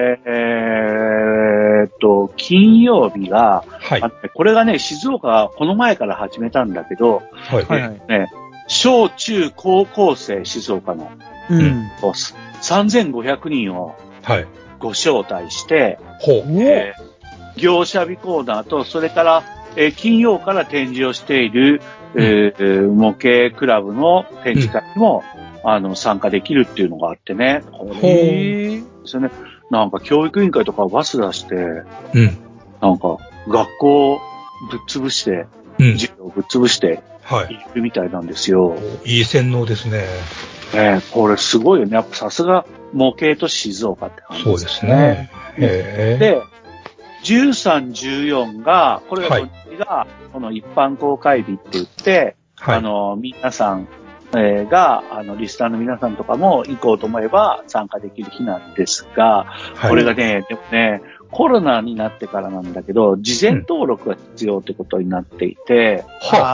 金曜日が、これがね、静岡はこの前から始めたんだけど、小中高校生静岡の、3500人をご招待して、業者日コーナーと、それから、金曜から展示をしている、模型クラブの展示会にも、参加できるっていうのがあってね。ですよね。なんか教育委員会とかバス出して、なんか学校をぶっ潰して、授業をぶっ潰して、いるみたいなんですよ。 いい洗脳ですね。 これすごいよね。やっぱさすが模型と静岡って感じですね。 そうですね。 で、13、14が、これが、この一般公開日って言って、皆さん、が、リスナーの皆さんとかも行こうと思えば参加できる日なんですが、これがね、でもね、コロナになってからなんだけど、事前登録が必要ってことになっていて、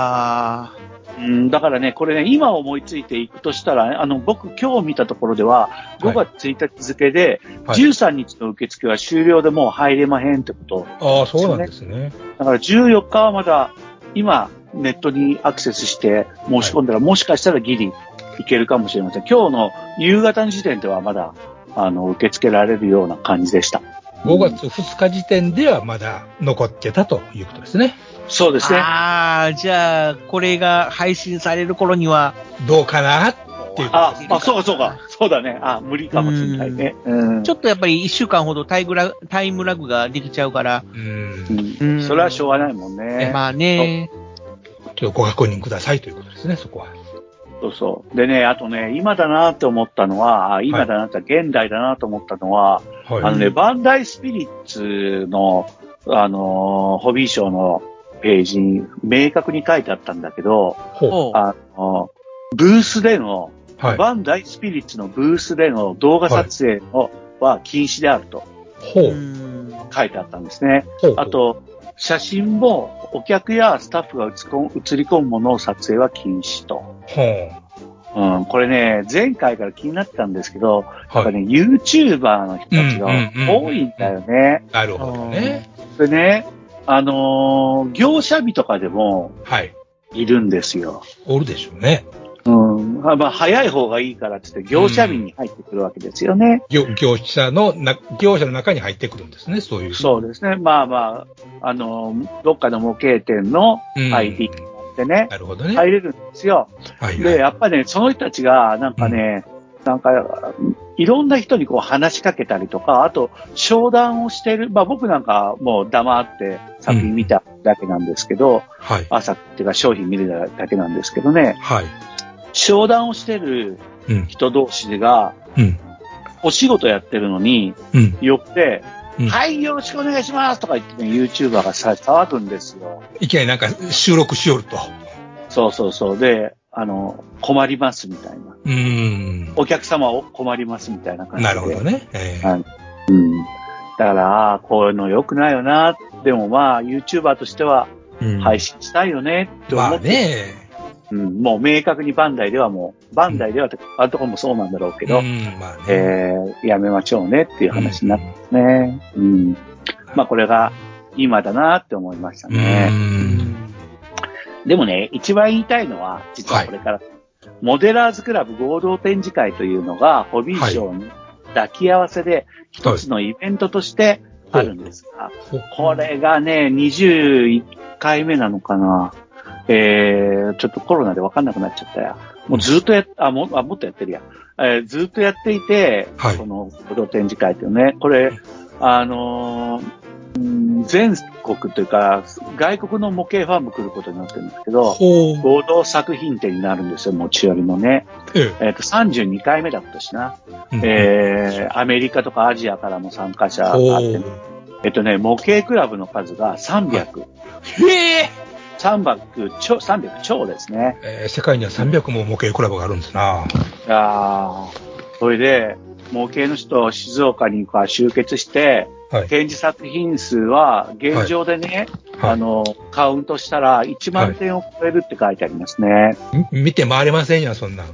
だからね、これね、今思いついていくとしたら、僕今日見たところでは、5月1日付で、13日の受付は終了でもう入れまへんってこと、 ああ、そうなんですね。 だから14日はまだ、今、ネットにアクセスして申し込んだら、もしかしたらギリいけるかもしれません。今日の夕方の時点ではまだ、受け付けられるような感じでした。 5月2日時点ではまだ残ってたということですね。 そうですね。 じゃあ、これが配信される頃には。 どうかなっていうことですね。 そうかそうか。そうだね。無理かもしれないね。 ちょっとやっぱり1週間ほどタイムラグができちゃうから。 それはしょうがないもんね。 まあね。 ちょっとご確認くださいということですね、そこは。 そうそう。でね、あとね、今だなって思ったのは、今だなって、現代だなと思ったのは、バンダイスピリッツの、ホビーショーのページに明確に書いてあったんだけど、ブースでの、バンダイスピリッツのブースでの動画撮影は禁止であると、書いてあったんですね。あと、写真もお客やスタッフが写り込むものを撮影は禁止と。これね、前回から気になってたんですけど、やっぱね、YouTuber の人たちが多いんだよね。 なるほどね。 でね、業者日とかでも、いるんですよ。 おるでしょうね。 早い方がいいからって言って、業者日に入ってくるわけですよね。 業者の中に入ってくるんですね、そういう。 そうですね。どっかの模型店の ID になってね。 なるほどね。 入れるんですよ。で、やっぱね、その人たちが、いろんな人にこう話しかけたりとか、あと、商談をしてる。僕なんかもう黙って作品見ただけなんですけど、朝っていうか商品見るだけなんですけどね。商談をしてる人同士が、お仕事やってるのに、よって、はい、よろしくお願いしますとか言ってね、YouTuber が騒ぐんですよ。 いきなりなんか収録しよると。 そう。で、困りますみたいな。お客様を困りますみたいな感じで。 なるほどね。 だから、こういうの良くないよな。でもYouTuber としては配信したいよねって思って。もう明確にバンダイではあるところもそうなんだろうけど、やめましょうねっていう話になってますね。これが今だなって思いましたね。でもね、一番言いたいのは、実はこれから、モデラーズクラブ合同展示会というのが、ホビーショーに抱き合わせで一つのイベントとしてあるんですが、これがね、21回目なのかな。ちょっとコロナで分かんなくなっちゃったや。もうずっともっとやってるや。 ずっとやっていて、 はい、 この合同展示会っていうね、これ、全国というか、外国の模型ファンも来ることになってるんですけど、合同作品展になるんですよ、持ち寄りもね。32回目だ今年な。アメリカとかアジアからも参加者があって、模型クラブの数が300。300超ですね。 世界には300も模型クラブがあるんですな。 それで、模型の人、静岡に集結して、展示作品数は現状でね、カウントしたら1万点を超えるって書いてありますね。 見て回れませんよ、そんなん。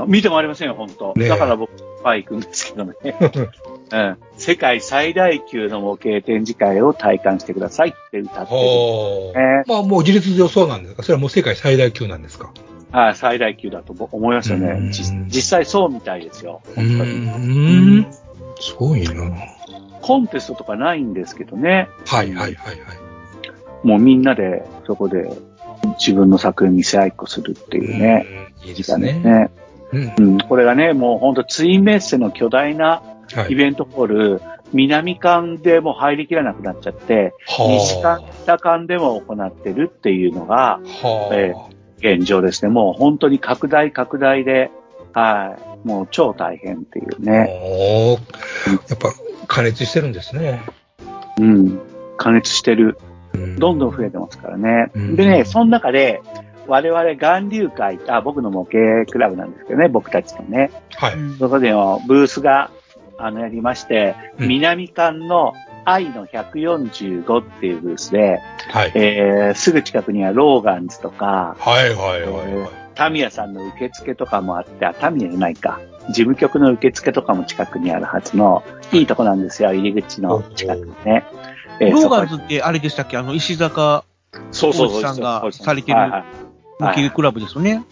見て回れませんよ、本当。だから僕、行くんですけどね。世界最大級の模型展示会を体感してくださいって歌ってるんですね。 もう事実上そうなんですか？それはもう世界最大級なんですか？ 最大級だと思いますよね。実際そうみたいですよ。本当に。すごいな。 コンテストとかないんですけどね。 はい。 もうみんなでそこで自分の作品見せ合いっこするっていうね。 いいですね。 これがね、もう本当ツインメッセの巨大なイベントホール、南館でも入りきらなくなっちゃって、西館、北館でも行ってるっていうのが、現状ですね。もう本当に拡大で、もう超大変っていうね。 やっぱ加熱してるんですね。 加熱してる。どんどん増えてますからね。でね、その中で、我々岩流会、僕の模型クラブなんですけどね、僕たちのね。そこでのブースが、やりまして、南館の愛の145っていうブースで、すぐ近くにはローガンズとか、タミヤさんの受付とかもあって、タミヤじゃないか。事務局の受付とかも近くにあるはずの、いいとこなんですよ、入り口の近くにね。 ローガンズってあれでしたっけ？石坂浩二さんがされてる模型クラブですよね。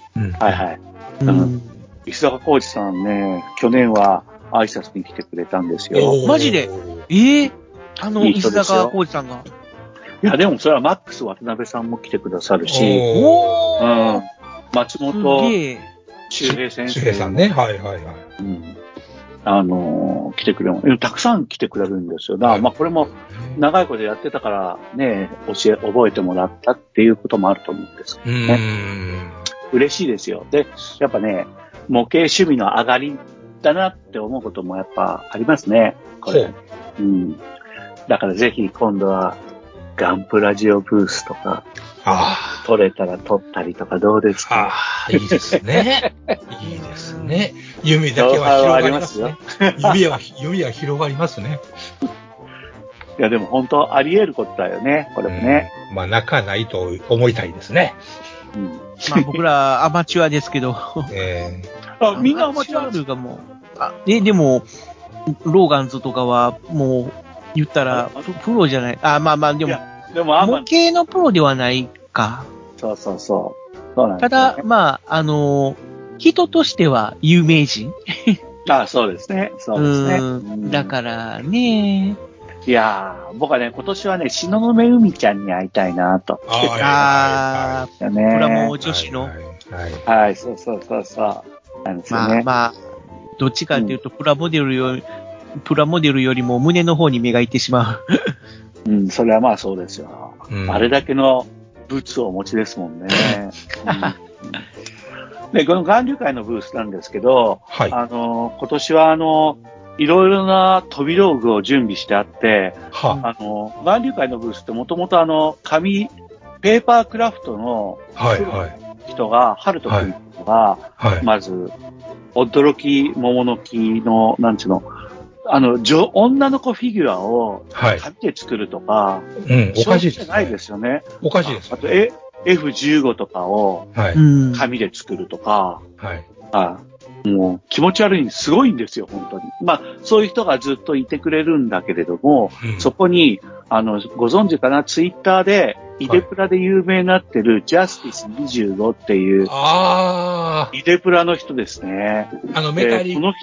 石坂浩二さんね、去年は挨拶に来てくれたんですよ。 マジで？石坂浩二さんが。 いや、でもそれはマックス渡辺さんも来てくださるし、松本周平先生さんね。 来てくれる。たくさん来てくれるんですよ。これも長いことやってたからね、覚えてもらったっていうこともあると思うんですけどね。嬉しいですよ。で、やっぱね、模型趣味の上がりだなって思うこともやっぱありますね。これ。だからぜひ今度はガンプラジオブースとか、撮れたら撮ったりとかどうですか？ いいですね。いいですね。夢だけは広がりますね。夢は広がりますね。 いや、でも本当あり得ることだよね、これもね。 仲ないと思いたいですね。 僕らアマチュアですけど。 みんなアマチュアルがもう。でも、ローガンズとかはもう、言ったら、プロじゃない。でも、模型のプロではないか。 そうなんですね。 ただ、人としては有名人。 そうですね。そうですね。 だからね。 いやー、僕はね、今年はね、東雲海ちゃんに会いたいなと。 プラモ女子の。 そう。なんですよね。 どっちかっていうと、プラモデルよりも胸の方に目がいってしまう。それはそうですよ。あれだけのブツをお持ちですもんね。で、この岩流会のブースなんですけど、今年はいろいろな飛び道具を準備してあって、岩流会のブースってもともとペーパークラフトの人が、ハルト君が、まず、驚き桃の木の、なんちゅうの、女の子フィギュアを紙で作るとか、 おかしいですね。 ないですよね。 おかしいです。 あと、F15 とかを紙で作るとか、もう気持ち悪い、すごいんですよ、本当に。そういう人がずっといてくれるんだけれども、そこに、ご存知かな、ツイッターで、イデプラで有名になってるジャスティス25っていう、イデプラの人ですね。 メタリックで、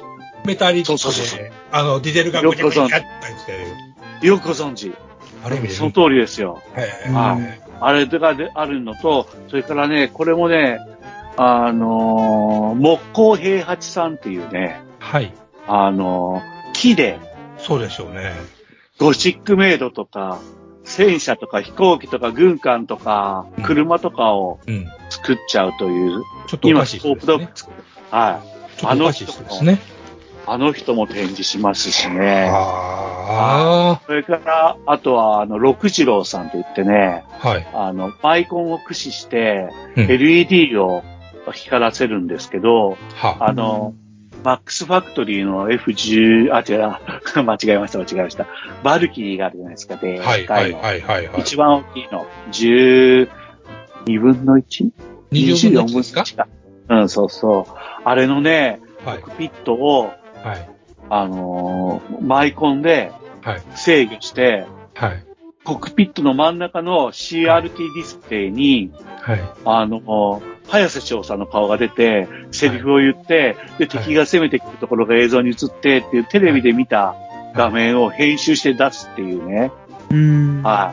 ディゼルがごちゃごちゃってよくご存知。その通りですよ。あれがあるのと、それからね、これもね、 木工平八さんっていうね、 はい。 木で、 そうでしょうね。 ゴシックメイドとか、戦車とか飛行機とか軍艦とか、車とかを作っちゃうという、 ちょっとおかしいですね。 今、スコープドッグ作る。はい。 ちょっとおかしいですね。 あの人も展示しますしね。それから、あとは、六次郎さんといってね、 はい。 マイコンを駆使して、LED を光らせるんですけど、マックスファクトリーの F10、間違えました。バルキリーがあるじゃないですか、で、 はい。 一番大きいの、12分の 1?24 分の1か。うん、そうそう。あれのね、コックピットを、マイコンで制御して、コックピットの真ん中の CRT ディスプレイに、早瀬翔さんの顔が出て、セリフを言って、で、敵が攻めてくるところが映像に映ってっていうテレビで見た画面を編集して出すっていうね。はい。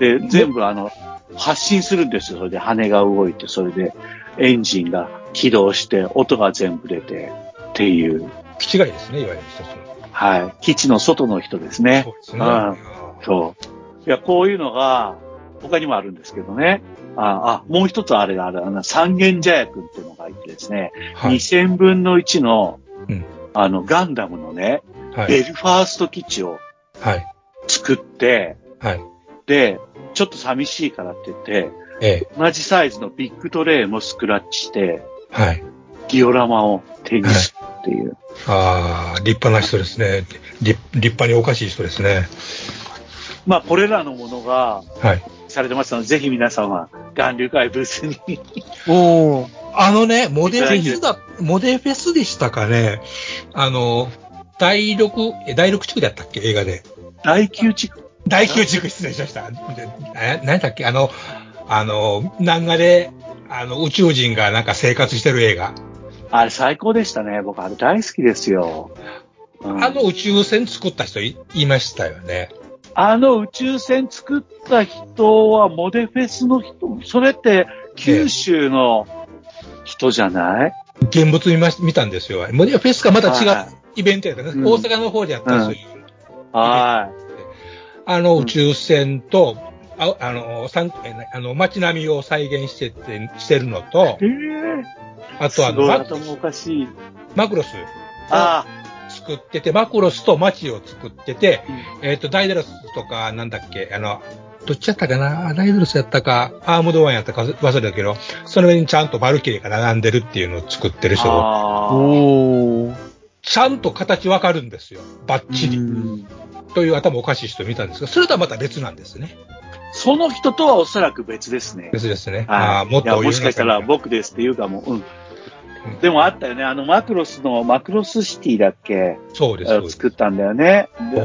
で、全部発信するんですよ。それで羽が動いて、それでエンジンが起動して、音が全部出てっていう。 気違いですね、いわゆる一つの。 はい。基地の外の人ですね。 そうですね。 そう。いや、こういうのが、他にもあるんですけどね。もう一つあれがある。三軒茶屋くんっていうのがいてですね。2000分の1の、ガンダムのね、ベルファースト基地を作って、で、ちょっと寂しいからって言って、同じサイズのビッグトレイもスクラッチして、ディオラマを展示するっていう。 立派な人ですね。立派におかしい人ですね。 まあ、これらのものが、されてますので、ぜひ皆さんは、眼流会ブースに。 モデフェスでしたかね。第6地区だったっけ、映画で。 第9地区失礼しました。何だっけ、南画で、宇宙人がなんか生活してる映画。 あれ最高でしたね。僕、あれ大好きですよ。 宇宙船作った人いましたよね。 宇宙船作った人はモデフェスの人、それって九州の人じゃない？ 現物見たんですよ。モデフェスかまた違うイベントやったね。大阪の方でやったそういう。宇宙船と、街並みを再現してるのと、あとマクロス。作ってて、マクロスと街を作ってて、ダイダロスとか、なんだっけ、どっちやったかな、ダイダロスやったか、アームドワンやったか忘れたけど、その上にちゃんとバルキリーが並んでるっていうのを作ってる人ちゃんと形わかるんですよ。バッチリ。という頭おかしい人見たんですが、それとはまた別なんですね。 その人とはおそらく別ですね。 別ですね。 もしかしたら僕ですっていうかも、でもあったよね。マクロスシティだっけ？ そうです。 作ったんだよね。で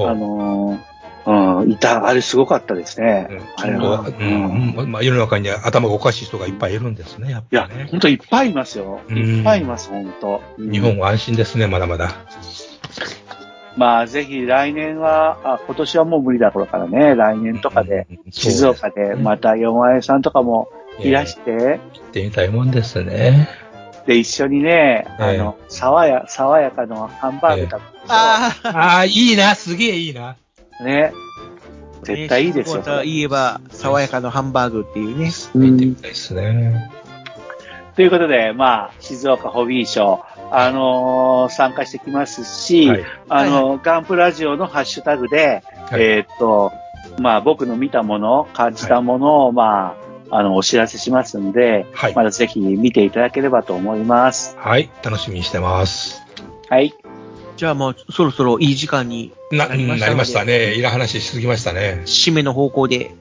あれすごかったですね。 世の中には頭がおかしい人がいっぱいいるんですね、やっぱりね。 いや、本当いっぱいいますよ。いっぱいいます、本当。 日本は安心ですね、まだまだ。 まあ、ぜひ来年は、今年はもう無理だろうからね、来年とかで、静岡でまたよまえさんとかもいらして。 行ってみたいもんですね。 で、一緒にね、爽やかのハンバーグ食べいいな、すげえいいな。 ね。絶対いいですよ。 と言えば、爽やかのハンバーグっていうね。 行ってみたいですね。 ということで、まあ、静岡ホビーショー、参加してきますし、ガンプラジオのハッシュタグで、まあ、僕の見たもの、感じたものを、まあ、お知らせしますんで、まだぜひ見ていただければと思います。 はい、楽しみにしてます。 はい。 じゃあもうそろそろいい時間になりましたので。 なりましたね。いら話しすぎましたね。 締めの方向で。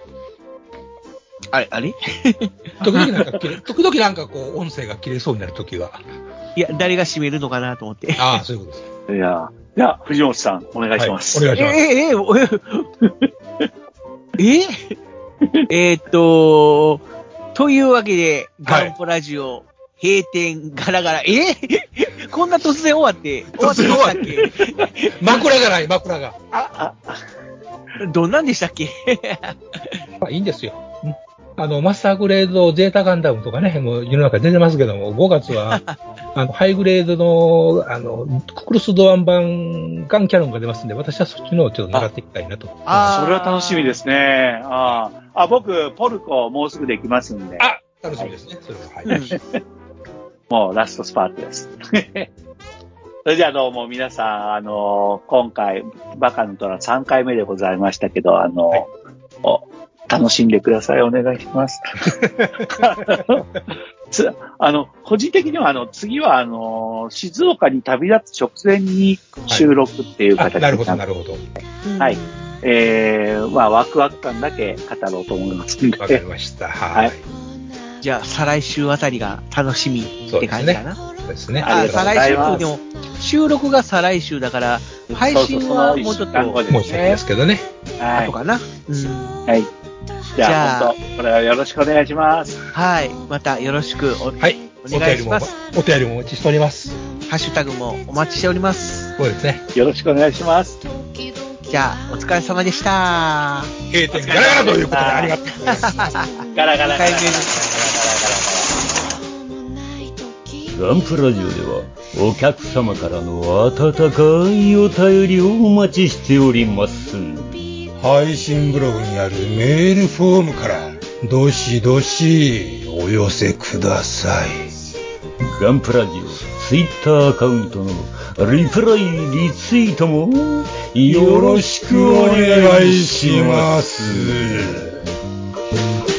あれ時々なんかこう、音声が切れそうになるときが。 いや、誰が締めるのかなと思って。 そういうことです。 いや、藤本さん、お願いします。 お願いします。 というわけで、ガンプラジオ、閉店ガラガラ。こんな突然終わってましたっけ？ 枕が。 どんなんでしたっけ？ いいんですよ。 マスターグレードゼータガンダムとかね、もう世の中出てますけども、5月は、ハイグレードの、ククルスドアン版ガンキャノンが出ますんで、私はそっちのをちょっと狙っていきたいなと。 それは楽しみですね。僕、ポルコもうすぐできますんで。 楽しみですね。それは、はい。 もうラストスパートです。それじゃあどうも皆さん、今回、バカの虎3回目でございましたけど、楽しんでください。お願いします。個人的には、次は、静岡に旅立つ直前に収録っていう形になる。 なるほど。 はい。ワクワク感だけ語ろうと思いますんで。 わかりました。はい。 じゃあ、再来週あたりが楽しみって感じかな。 そうですね。 再来週でも、収録が再来週だから、配信はもうちょっと、 もう先ですけどね。 後かな。 はい。じゃあ、本当これはよろしくお願いします。 はい。またよろしくお願いします。 お便りもお待ちしております。 ハッシュタグもお待ちしております。 そうですね。 よろしくお願いします。 じゃあ、お疲れ様でした。 閉店ガラガラということでありがとうございます。 ガラガラガラガラ。 ガンプラジオではお客様からの温かいお便りをお待ちしております。 配信ブログにあるメールフォームからどしどしお寄せください。 ガンプラジオツイッターアカウントのリプライリツイートもよろしくお願いします。